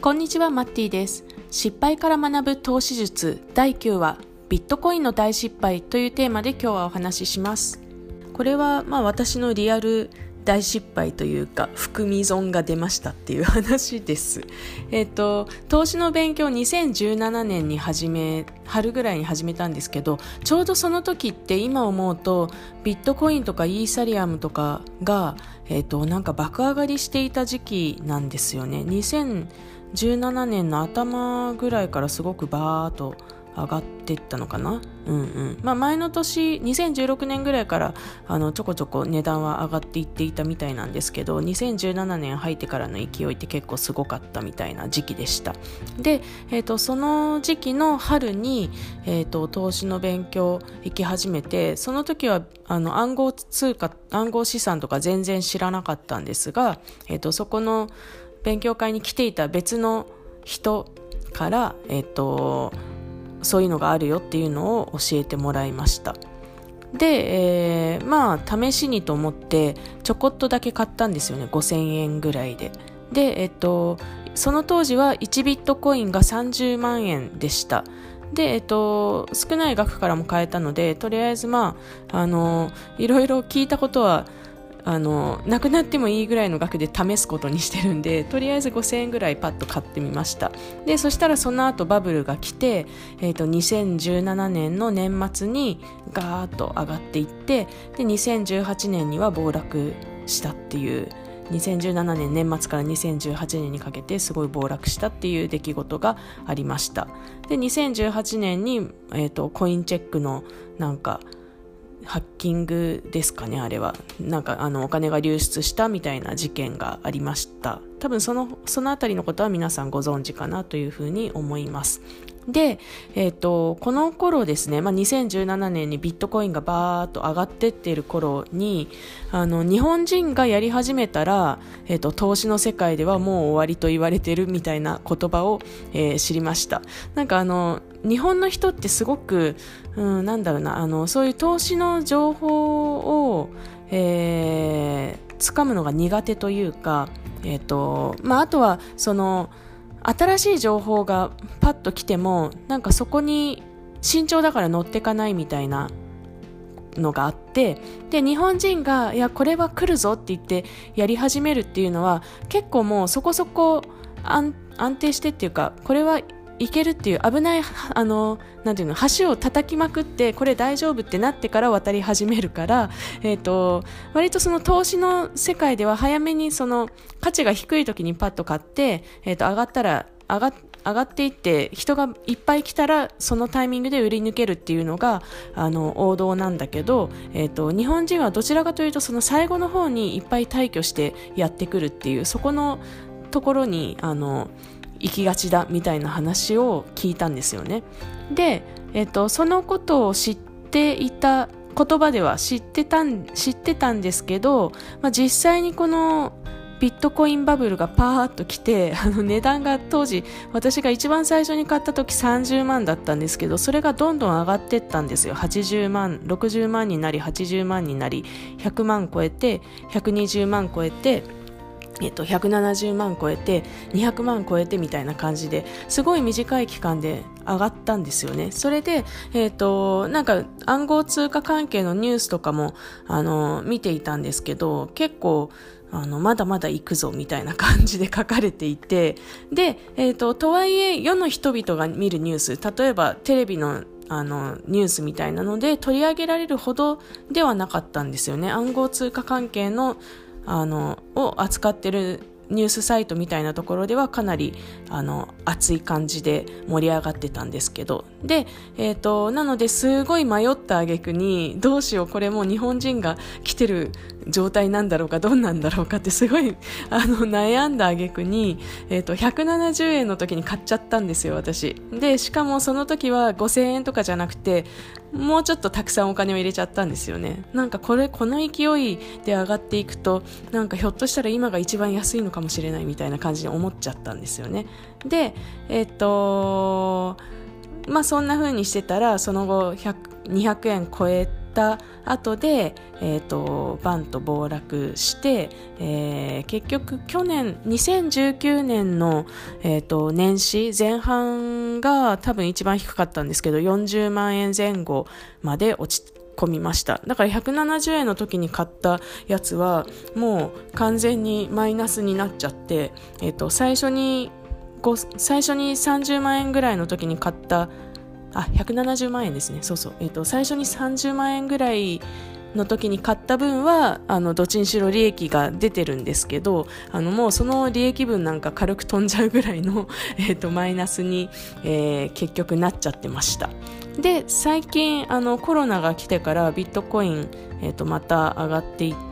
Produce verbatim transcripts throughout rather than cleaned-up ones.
こんにちは、マッティです。失敗から学ぶ投資術だいきゅうわ、ビットコインの大失敗というテーマで今日はお話しします。これはまあ私のリアル大失敗というか含み損が出ましたっていう話です。えっと投資の勉強にせんじゅうななねんに始め春ぐらいに始めたんですけど、ちょうどその時って今思うとビットコインとかイーサリアムとかがえっとなんか爆上がりしていた時期なんですよね。にせんじゅうななねんの頭ぐらいからすごくバーっと上がっていったのかな。うんうんまあ、前の年にせんじゅうろくねんぐらいからあのちょこちょこ値段は上がっていっていたみたいなんですけど、にせんじゅうななねん入ってからの勢いって結構すごかったみたいな時期でした。で、えーと、その時期の春に、えーと、投資の勉強行き始めて、その時はあの暗号通貨暗号資産とか全然知らなかったんですが、えーと、そこの勉強会に来ていた別の人から、えーとそういうのがあるよっていうのを教えてもらいました。で、えー、まあ試しにと思ってちょこっとだけ買ったんですよね。ごせんえんぐらいで。で、えっとその当時はいちビットコインがさんじゅうまんえんでした。で、えっと少ない額からも買えたので、とりあえずまああのいろいろ聞いたことはあのなくなってもいいぐらいの額で試すことにしてるんで、とりあえずごせんえんぐらいパッと買ってみました。でそしたらその後バブルが来て、えーと、にせんじゅうななねんの年末にガーッと上がっていって、でにせんじゅうはちねんには暴落したっていう、にせんじゅうななねん年末からにせんじゅうはちねんにかけてすごい暴落したっていう出来事がありました。でにせんじゅうはちねんに、えーと、コインチェックのなんかハッキングですかね、あれはなんかあのお金が流出したみたいな事件がありました。多分そのそのあたりのことは皆さんご存知かなというふうに思います。で、えーと、この頃ですね、まあ、にせんじゅうななねんにビットコインがバーッと上がってっている頃に、あの日本人がやり始めたら、えーと、投資の世界ではもう終わりと言われてるみたいな言葉を、えー、知りました。なんかあの日本の人ってすごく、うん、なんだろうな、あのそういう投資の情報を、えー、掴むのが苦手というか、えーとまあ、あとはその新しい情報がパッと来てもなんかそこに慎重だから乗ってかないみたいなのがあって、で日本人がいやこれは来るぞって言ってやり始めるっていうのは結構もうそこそこ安、安定してっていうか、これはいけるっていう危ないあのなんていうの橋を叩きまくってこれ大丈夫ってなってから渡り始めるから、えーと、割とその投資の世界では早めにその価値が低い時にパッと買って、えーと、上がったら上が上がっていって人がいっぱい来たらそのタイミングで売り抜けるっていうのがあの王道なんだけど、えーと、日本人はどちらかというとその最後の方にいっぱい退去してやってくるっていう、そこのところにあの行きがちだみたいな話を聞いたんですよね。で、えっと、そのことを知っていた言葉では知ってたん、知ってたんですけど、まあ、実際にこのビットコインバブルがパーッと来て、あの値段が当時私が一番最初に買った時さんじゅうまんだったんですけど、それがどんどん上がっていったんですよ。はちじゅうまん、ろくじゅうまんになりはちじゅうまんになりひゃくまん超えてひゃくにじゅうまん超えてえっと、ひゃくななじゅうまん超えてにひゃくまん超えてみたいな感じですごい短い期間で上がったんですよね。それで、えっと、なんか暗号通貨関係のニュースとかもあの見ていたんですけど、結構あのまだまだ行くぞみたいな感じで書かれていて、で、えっと、とはいえ世の人々が見るニュース、例えばテレビのあのニュースみたいなので取り上げられるほどではなかったんですよね。暗号通貨関係のあのを扱ってるニュースサイトみたいなところではかなりあの熱い感じで盛り上がってたんですけど、で、えーと、なのですごい迷った挙句にどうしよう、これもう日本人が来てる状態なんだろうかどうなんだろうかってすごいあの悩んだ挙句に、えーと、ひゃくななじゅうえんの時に買っちゃったんですよ、私で。しかもその時はごせんえんとかじゃなくてもうちょっとたくさんお金を入れちゃったんですよね。なんかこれこの勢いで上がっていくとなんかひょっとしたら今が一番安いのかもしれないみたいな感じに思っちゃったんですよね。で、えっとまあそんな風にしてたらその後ひゃく、にひゃくえん超えた後で、えー、とバンと暴落して、えー、結局去年にせんじゅうきゅうねんの、えー、と年始前半が多分一番低かったんですけど、よんじゅうまんえんぜん後まで落ち込みました。だからひゃくななじゅうえんの時に買ったやつはもう完全にマイナスになっちゃって、えー、と最初に最初にさんじゅうまんえんぐらいの時に買ったあひゃくななじゅうまんえんですね。そうそう、えー、と最初にさんじゅうまんえんぐらいの時に買った分はあのどっちにしろ利益が出てるんですけど、あのもうその利益分なんか軽く飛んじゃうぐらいの、えー、とマイナスに、えー、結局なっちゃってました。で最近あのコロナが来てからビットコイン、えー、とまた上がっていって、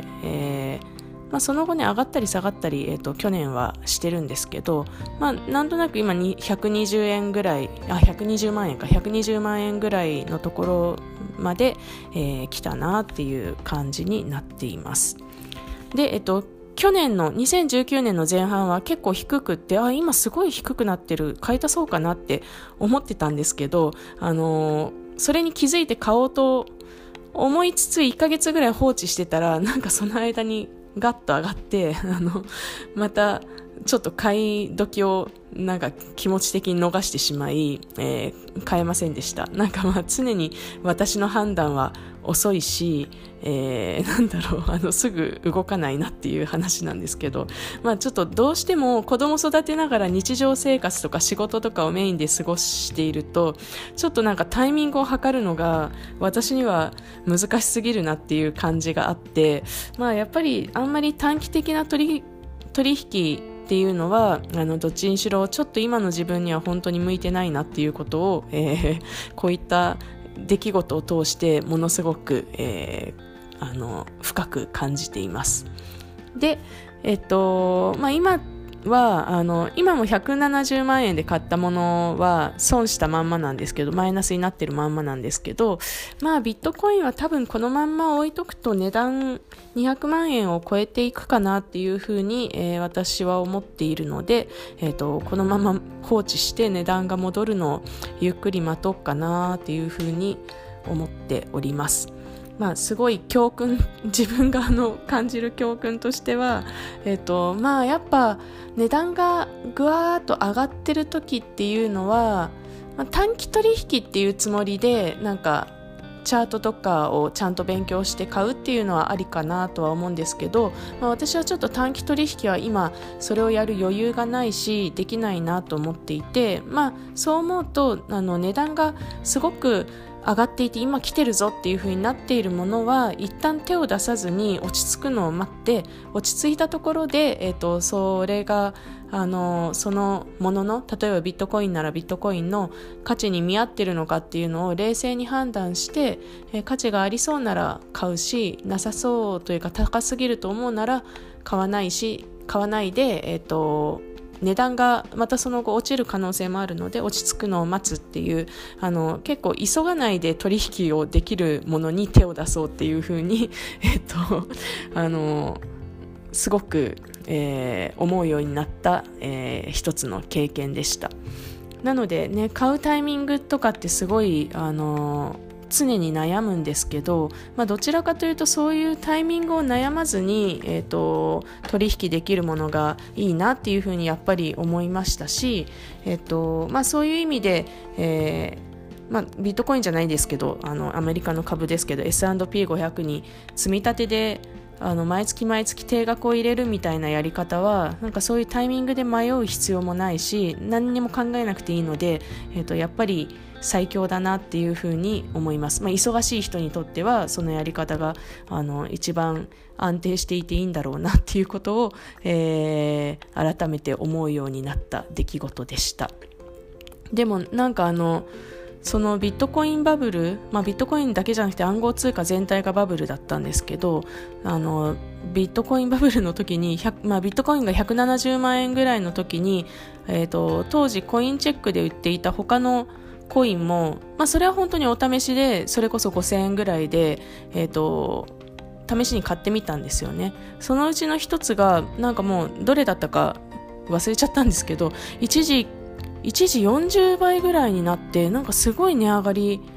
えーまあ、その後ね上がったり下がったり、えー、と去年はしてるんですけど、まあ、なんとなく今にひゃくにじゅうえんぐらいあひゃくにじゅうまんえんかひゃくにじゅうまんえんぐらいのところまで、えー、来たなっていう感じになっています。で、えっと去年のにせんじゅうきゅうねんの前半は結構低くって、あ今すごい低くなってる、買い足そうかなって思ってたんですけど、あのー、それに気づいて買おうと思いつついっかげつぐらい放置してたら、なんかその間にガッと上がってあのまたちょっと買い時をなんか気持ち的に逃してしまい、えー、買えませんでした。なんかまあ常に私の判断は遅いし、えー、なんだろうあのすぐ動かないなっていう話なんですけど、まあちょっとどうしても子供育てながら日常生活とか仕事とかをメインで過ごしていると、ちょっとなんかタイミングを測るのが私には難しすぎるなっていう感じがあって、まあやっぱりあんまり短期的な取り取引っていうのはあのどっちにしろちょっと今の自分には本当に向いてないなっていうことを、えー、こういった出来事を通してものすごく、えー、あの深く感じています。で、えっとまあ、今はあの今もひゃくななじゅうまんえんで買ったものは損したまんまなんですけど、マイナスになってるまんまなんですけど、まあビットコインは多分このまんま置いとくと値段にひゃくまんえんを超えていくかなっていうふうに、えー、私は思っているので、えーと、このまま放置して値段が戻るのをゆっくり待とうかなっていうふうに思っております。まあ、すごい教訓、自分があの感じる教訓としては、えっと、まあやっぱ値段がぐわーっと上がってる時っていうのは、まあ、短期取引っていうつもりでなんかチャートとかをちゃんと勉強して買うっていうのはありかなとは思うんですけど、まあ、私はちょっと短期取引は今それをやる余裕がないしできないなと思っていて、まあそう思うとあの値段がすごく上がっていて今来てるぞっていう風になっているものは一旦手を出さずに落ち着くのを待って、落ち着いたところで、えーと、それがあのそのものの例えばビットコインならビットコインの価値に見合ってるのかっていうのを冷静に判断して、えー、価値がありそうなら買うし、なさそうというか高すぎると思うなら買わないし買わないで、えーと値段がまたその後落ちる可能性もあるので落ち着くのを待つっていう、あの結構急がないで取引をできるものに手を出そうっていう風にえっとあのすごく、えー、思うようになった、えー、一つの経験でした。なのでね、買うタイミングとかってすごいあの常に悩むんですけど、まあ、どちらかというとそういうタイミングを悩まずに、えーと、取引できるものがいいなっていうふうにやっぱり思いましたし、えーとまあ、そういう意味で、えーまあ、ビットコインじゃないですけどあのアメリカの株ですけど エスアンドピーごひゃく に積み立てであの毎月毎月定額を入れるみたいなやり方はなんかそういうタイミングで迷う必要もないし何にも考えなくていいので、えーと、やっぱり最強だなっていうふうに思います。まあ、忙しい人にとってはそのやり方があの一番安定していていいんだろうなっていうことを、えー、改めて思うようになった出来事でした。でもなんかあのそのビットコインバブル、まあ、ビットコインだけじゃなくて暗号通貨全体がバブルだったんですけど、あのビットコインバブルの時に、まあ、ビットコインがひゃくななじゅうまんえんぐらいの時に、えーと、当時コインチェックで売っていた他のコインも、まあ、それは本当にお試しでそれこそごせんえんぐらいで、えーと、試しに買ってみたんですよね。そのうちの一つがなんかもうどれだったか忘れちゃったんですけど、一時一時よんじゅうばいぐらいになってなんかすごい値上がり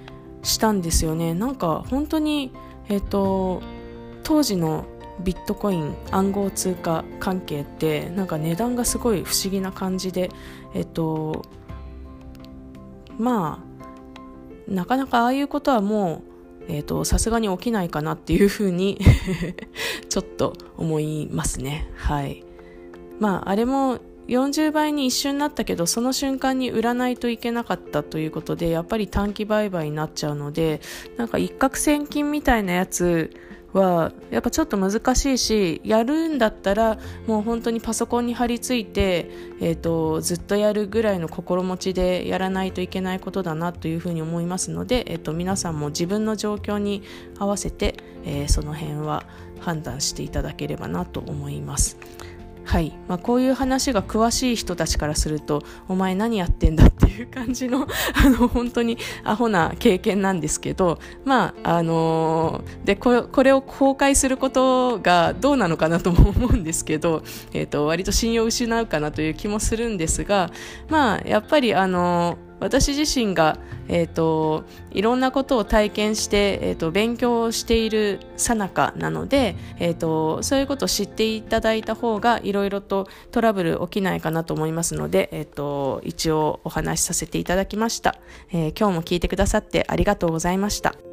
したんですよね。なんか本当に、えっと、当時のビットコイン暗号通貨関係ってなんか値段がすごい不思議な感じで、えっとまあなかなかああいうことはもうえっとさすがに起きないかなっていうふうにちょっと思いますね。はい。まああれもよんじゅうばいに一瞬なったけど、その瞬間に売らないといけなかったということで、やっぱり短期売買になっちゃうので、なんか一攫千金みたいなやつはやっぱちょっと難しいし、やるんだったらもう本当にパソコンに張り付いて、えーと、ずっとやるぐらいの心持ちでやらないといけないことだなというふうに思いますので、えーと、皆さんも自分の状況に合わせて、えー、その辺は判断していただければなと思います。はい。まあ、こういう話が詳しい人たちからすると、お前何やってんだっていう感じの、あの、本当にアホな経験なんですけど、まあ、あのー、で、これ、これを公開することがどうなのかなとも思うんですけど、えっと、割と信用を失うかなという気もするんですが、まあ、やっぱり、あのー、私自身が、えーと、いろんなことを体験して、えーと、勉強している最中なので、えーと、そういうことを知っていただいた方がいろいろとトラブル起きないかなと思いますので、えーと、一応お話しさせていただきました。えー、今日も聞いてくださってありがとうございました。